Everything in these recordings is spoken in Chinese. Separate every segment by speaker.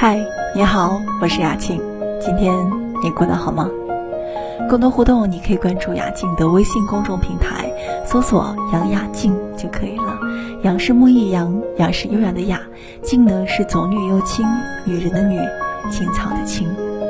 Speaker 1: 嗨，你好，我是雅静，今天你过得好吗？更多互动你可以关注雅静的微信公众平台，搜索杨雅静就可以了。杨是木易杨，雅是优雅的雅，静呢是左女右青，女人的女，青草的青。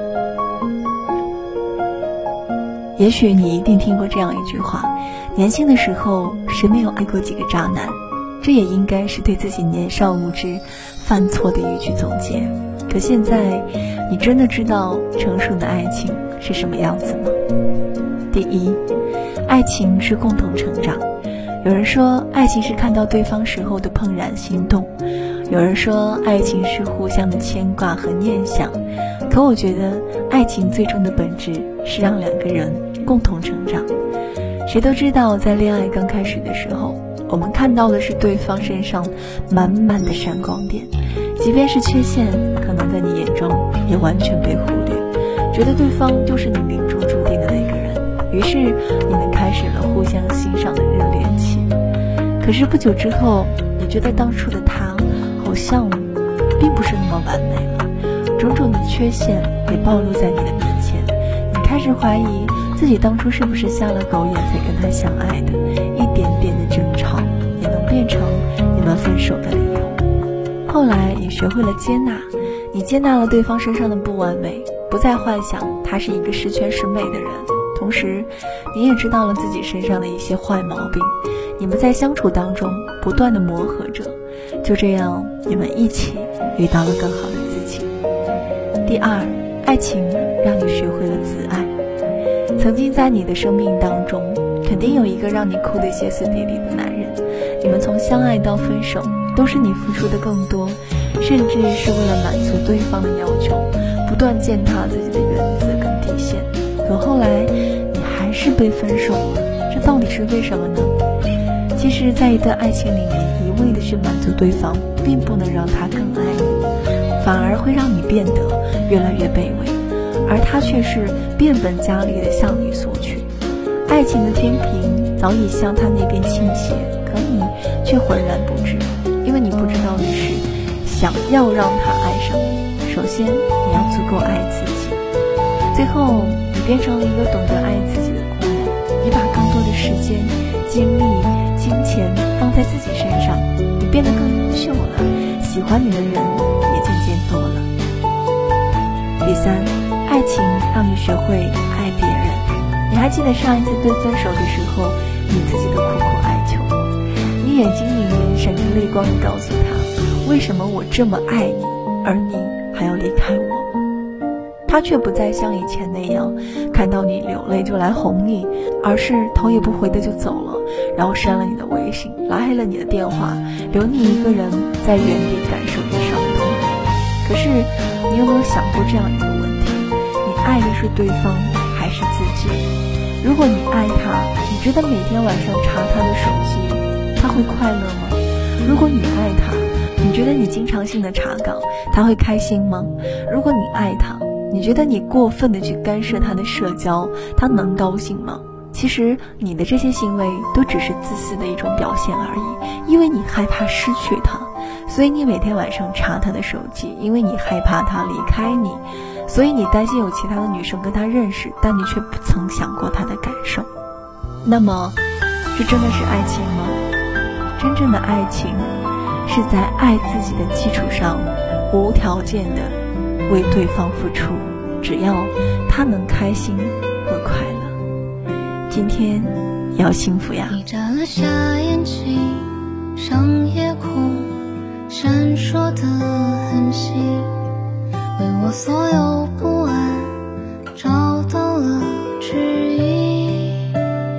Speaker 1: 也许你一定听过这样一句话，年轻的时候谁没有爱过几个渣男，这也应该是对自己年少无知犯错的一句总结。可现在你真的知道成熟的爱情是什么样子吗？第一，爱情是共同成长。有人说爱情是看到对方时候的怦然心动，有人说爱情是互相的牵挂和念想，可我觉得爱情最终的本质是让两个人共同成长。谁都知道在恋爱刚开始的时候，我们看到的是对方身上满满的闪光点，即便是缺陷，可能在你眼中也完全被忽略，觉得对方就是你命中注定的那个人，于是你们开始了互相欣赏的热恋期。可是不久之后，你觉得当初的他好像并不是那么完美了，种种的缺陷也暴露在你的面前，你开始怀疑自己当初是不是瞎了狗眼才跟他相爱的，一点点的争吵也能变成你们分手的理由。后来你学会了接纳，你接纳了对方身上的不完美，不再幻想他是一个十全十美的人，同时你也知道了自己身上的一些坏毛病，你们在相处当中不断的磨合着，就这样你们一起遇到了更好的自己。第二，爱情让你学会了自爱。曾经在你的生命当中，肯定有一个让你哭得歇斯底里的男人，你们从相爱到分手都是你付出的更多，甚至是为了满足对方的要求，不断践踏自己的原则跟底线，可后来你还是被分手了，这到底是为什么呢？其实在一段爱情里面，一味的去满足对方并不能让他更爱你，反而会让你变得越来越卑微，而他却是变本加厉地向你索取。爱情的天平早已向他那边倾斜，可你却浑然不知，因为你不知道的是，想要让他爱上你，首先你要足够爱自己。最后你变成了一个懂得爱自己的姑娘，你把更多的时间、精力、金钱放在自己身上，你变得更优秀了，喜欢你的人也渐渐多了。第三，爱情让你学会爱别人。你还记得上一次被分手的时候，你自己的苦苦哀求吗？你眼睛里面闪着泪光地告诉他，为什么我这么爱你，而你还要离开我？他却不再像以前那样看到你流泪就来哄你，而是头也不回的就走了，然后删了你的微信，拉黑了你的电话，留你一个人在原地感受着伤痛。可是你有没有想过这样一个问题，你爱的是对方还是自己？如果你爱他，你觉得每天晚上查他的手机他会快乐吗？如果你爱他，你觉得你经常性的查岗他会开心吗？如果你爱他，你觉得你过分的去干涉他的社交他能高兴吗？其实你的这些行为都只是自私的一种表现而已，因为你害怕失去他，所以你每天晚上查他的手机，因为你害怕他离开你，所以你担心有其他的女生跟他认识，但你却不曾想过他的感受。那么这真的是爱情吗？真正的爱情是在爱自己的基础上无条件的为对方付出，只要他能开心和快乐。今天也要幸福呀。
Speaker 2: 你眨了下眼睛，上夜空闪烁的痕迹，为我所有不安找到了指引。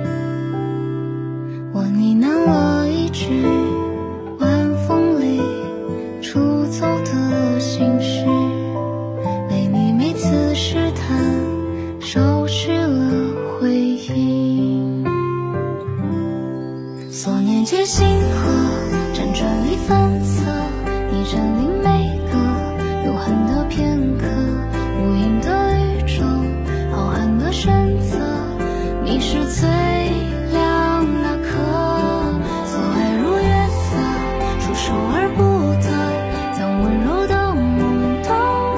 Speaker 2: 我呢喃了一句晚风里出走的心事，被你每次试探收拾了回应。所念皆星河辗转里反侧，你占领每个有痕的片刻，无垠的宇宙，浩瀚的选择，你是最亮那颗。所爱如月色，触手而不得，将温柔的梦都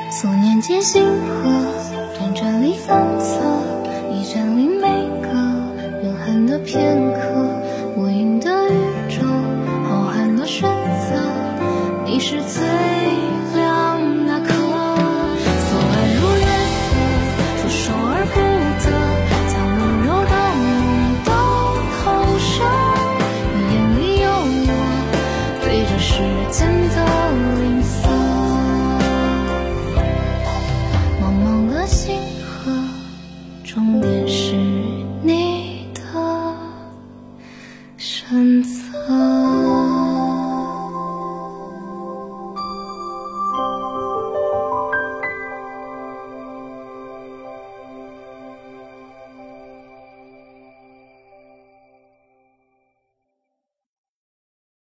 Speaker 2: 所念皆星河，辗转里反侧，你占领每个远寒的片刻，无垠的宇宙，浩瀚的选择，你是最亮那颗。所爱如月色，触手而不得，将温柔的梦都投射，你眼里有我，对着时间的吝啬。茫茫的星河，终点是